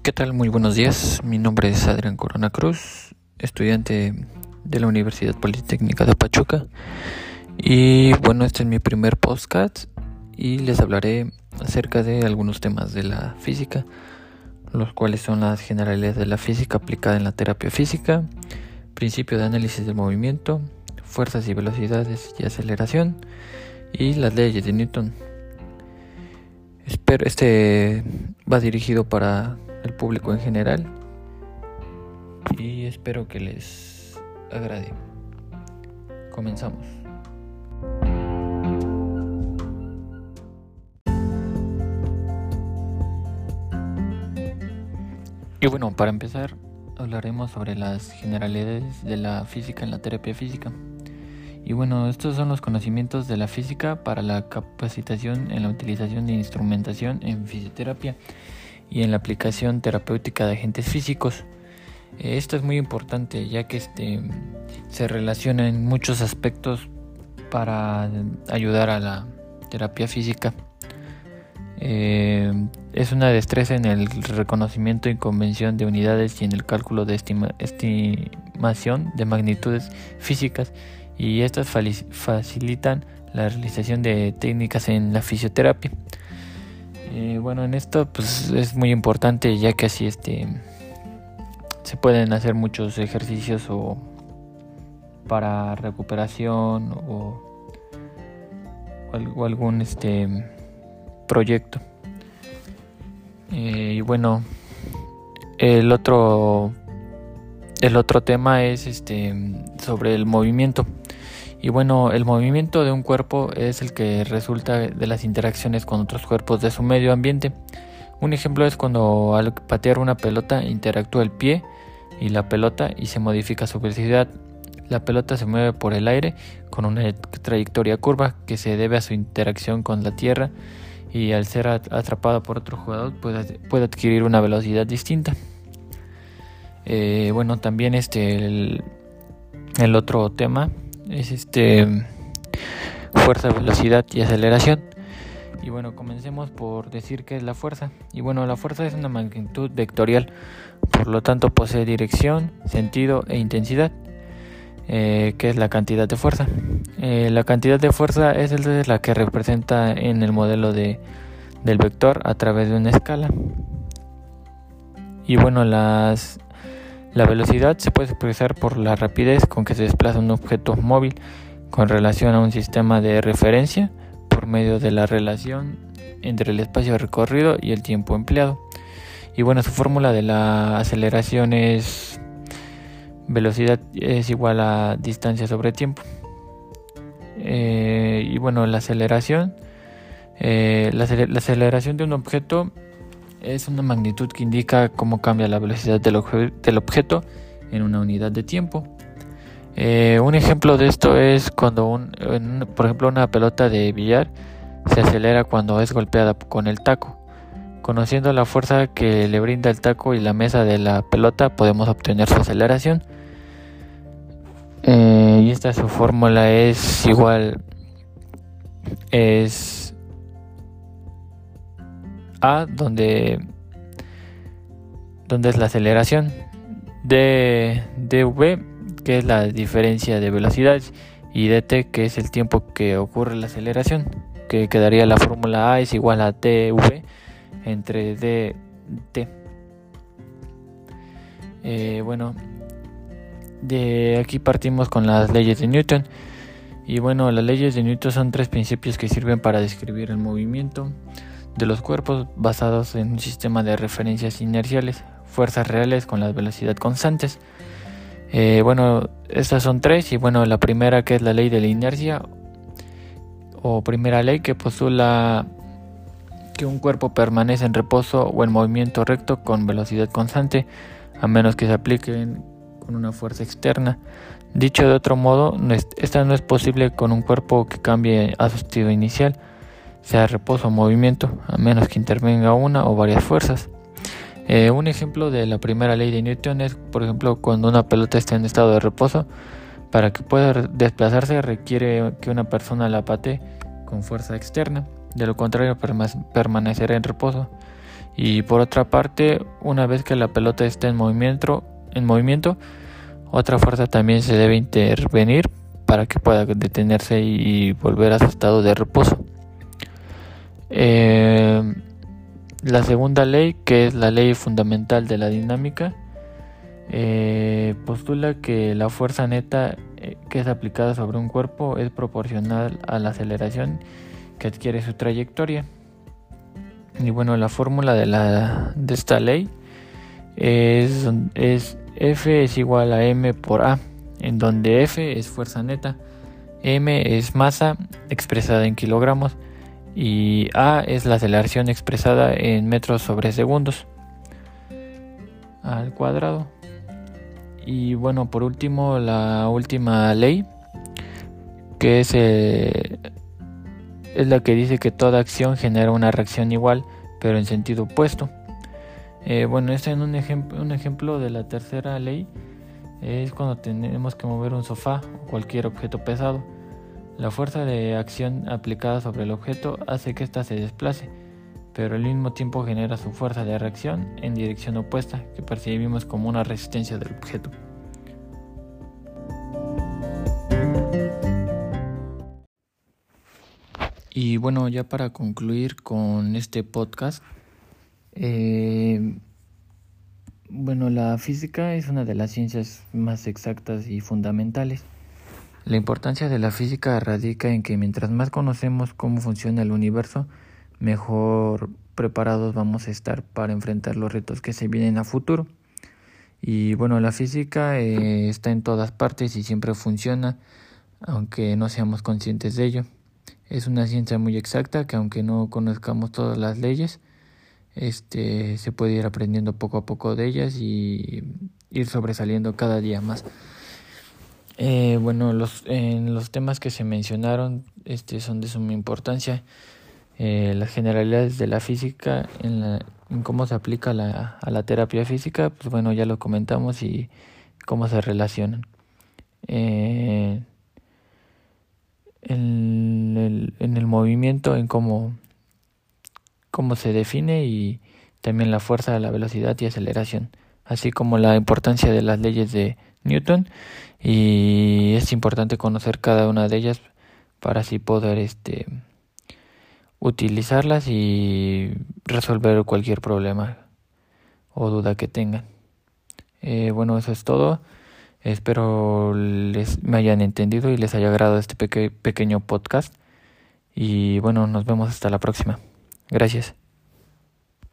¿Qué tal? Muy buenos días. Mi nombre es Adrián Corona Cruz, estudiante de la Universidad Politécnica de Pachuca. Y bueno, este es mi primer podcast y les hablaré acerca de algunos temas de la física, los cuales son las generalidades de la física aplicada en la terapia física, principio de análisis del movimiento, fuerzas y velocidades y aceleración, y las leyes de Newton. Este va dirigido para el público en general y espero que les agrade. Comenzamos. Y bueno, para empezar hablaremos sobre las generalidades de la física en la terapia física. Y bueno, estos son los conocimientos de la física para la capacitación en la utilización de instrumentación en fisioterapia y en la aplicación terapéutica de agentes físicos. Esto es muy importante ya que se relaciona en muchos aspectos para ayudar a la terapia física. Es una destreza en el reconocimiento y convención de unidades y en el cálculo de estimación de magnitudes físicas, y estas facilitan la realización de técnicas en la fisioterapia. Bueno, en esto pues es muy importante ya que así se pueden hacer muchos ejercicios o para recuperación o algún proyecto. Y bueno, el otro tema es sobre el movimiento. Y bueno, el movimiento de un cuerpo es el que resulta de las interacciones con otros cuerpos de su medio ambiente. Un ejemplo es cuando al patear una pelota interactúa el pie y la pelota y se modifica su velocidad. La pelota se mueve por el aire con una trayectoria curva que se debe a su interacción con la tierra, y al ser atrapada por otro jugador puede adquirir una velocidad distinta. Bueno, también el otro tema es fuerza, velocidad y aceleración. Y bueno, comencemos por decir qué es la fuerza. Y bueno, la fuerza es una magnitud vectorial, por lo tanto posee dirección, sentido e intensidad. ¿Qué es la cantidad de fuerza? La cantidad de fuerza es la que representa en el modelo del vector a través de una escala. Y bueno, la velocidad se puede expresar por la rapidez con que se desplaza un objeto móvil con relación a un sistema de referencia por medio de la relación entre el espacio recorrido y el tiempo empleado. Y bueno, su fórmula de la aceleración es velocidad es igual a distancia sobre tiempo. Y bueno, la aceleración de un objeto es una magnitud que indica cómo cambia la velocidad del objeto en una unidad de tiempo. Un ejemplo de esto es cuando por ejemplo una pelota de billar se acelera cuando es golpeada con el taco. Conociendo la fuerza que le brinda el taco y la mesa de la pelota, podemos obtener su aceleración. Y su fórmula es igual, es A, donde es la aceleración, dv, que es la diferencia de velocidades, y dt, que es el tiempo que ocurre la aceleración, que quedaría la fórmula A es igual a dv entre dt. Bueno, de aquí partimos con las leyes de Newton. Y bueno, las leyes de Newton son tres principios que sirven para describir el movimiento de los cuerpos basados en un sistema de referencias inerciales, fuerzas reales con la velocidad constantes. Bueno, estas son tres. Y bueno, la primera, que es la ley de la inercia o primera ley, que postula que un cuerpo permanece en reposo o en movimiento recto con velocidad constante a menos que se apliquen con una fuerza externa. Dicho de otro modo, esta no es posible con un cuerpo que cambie a su estado inicial, sea reposo o movimiento, a menos que intervenga una o varias fuerzas. Un ejemplo de la primera ley de Newton es, por ejemplo, cuando una pelota está en estado de reposo. Para que pueda desplazarse requiere que una persona la patee con fuerza externa, de lo contrario permanecerá en reposo. Y por otra parte, una vez que la pelota esté en movimiento, otra fuerza también se debe intervenir para que pueda detenerse y volver a su estado de reposo. La segunda ley, que es la ley fundamental de la dinámica, postula que la fuerza neta que es aplicada sobre un cuerpo es proporcional a la aceleración que adquiere su trayectoria. Y bueno, la fórmula de esta ley es F es igual a M por A, en donde F es fuerza neta, M es masa expresada en kilogramos y A es la aceleración expresada en metros sobre segundos al cuadrado. Y bueno, por último, la última ley, que es la que dice que toda acción genera una reacción igual, pero en sentido opuesto. Bueno, este es un ejemplo de la tercera ley. Es cuando tenemos que mover un sofá o cualquier objeto pesado. La fuerza de acción aplicada sobre el objeto hace que ésta se desplace, pero al mismo tiempo genera su fuerza de reacción en dirección opuesta, que percibimos como una resistencia del objeto. Y bueno, ya para concluir con este podcast, bueno, la física es una de las ciencias más exactas y fundamentales. La importancia de la física radica en que mientras más conocemos cómo funciona el universo, mejor preparados vamos a estar para enfrentar los retos que se vienen a futuro. Y bueno, la física está en todas partes y siempre funciona, aunque no seamos conscientes de ello. Es una ciencia muy exacta que aunque no conozcamos todas las leyes, se puede ir aprendiendo poco a poco de ellas y ir sobresaliendo cada día más. Bueno, los temas que se mencionaron son de suma importancia. Las generalidades de la física en cómo se aplica a la terapia física, pues bueno, ya lo comentamos, y cómo se relacionan. En el movimiento, en cómo se define, y también la fuerza, la velocidad y aceleración, así como la importancia de las leyes de Newton, y es importante conocer cada una de ellas para así poder utilizarlas y resolver cualquier problema o duda que tengan. Bueno, eso es todo. Espero me hayan entendido y les haya agradado este pequeño podcast. Y bueno, nos vemos hasta la próxima. Gracias.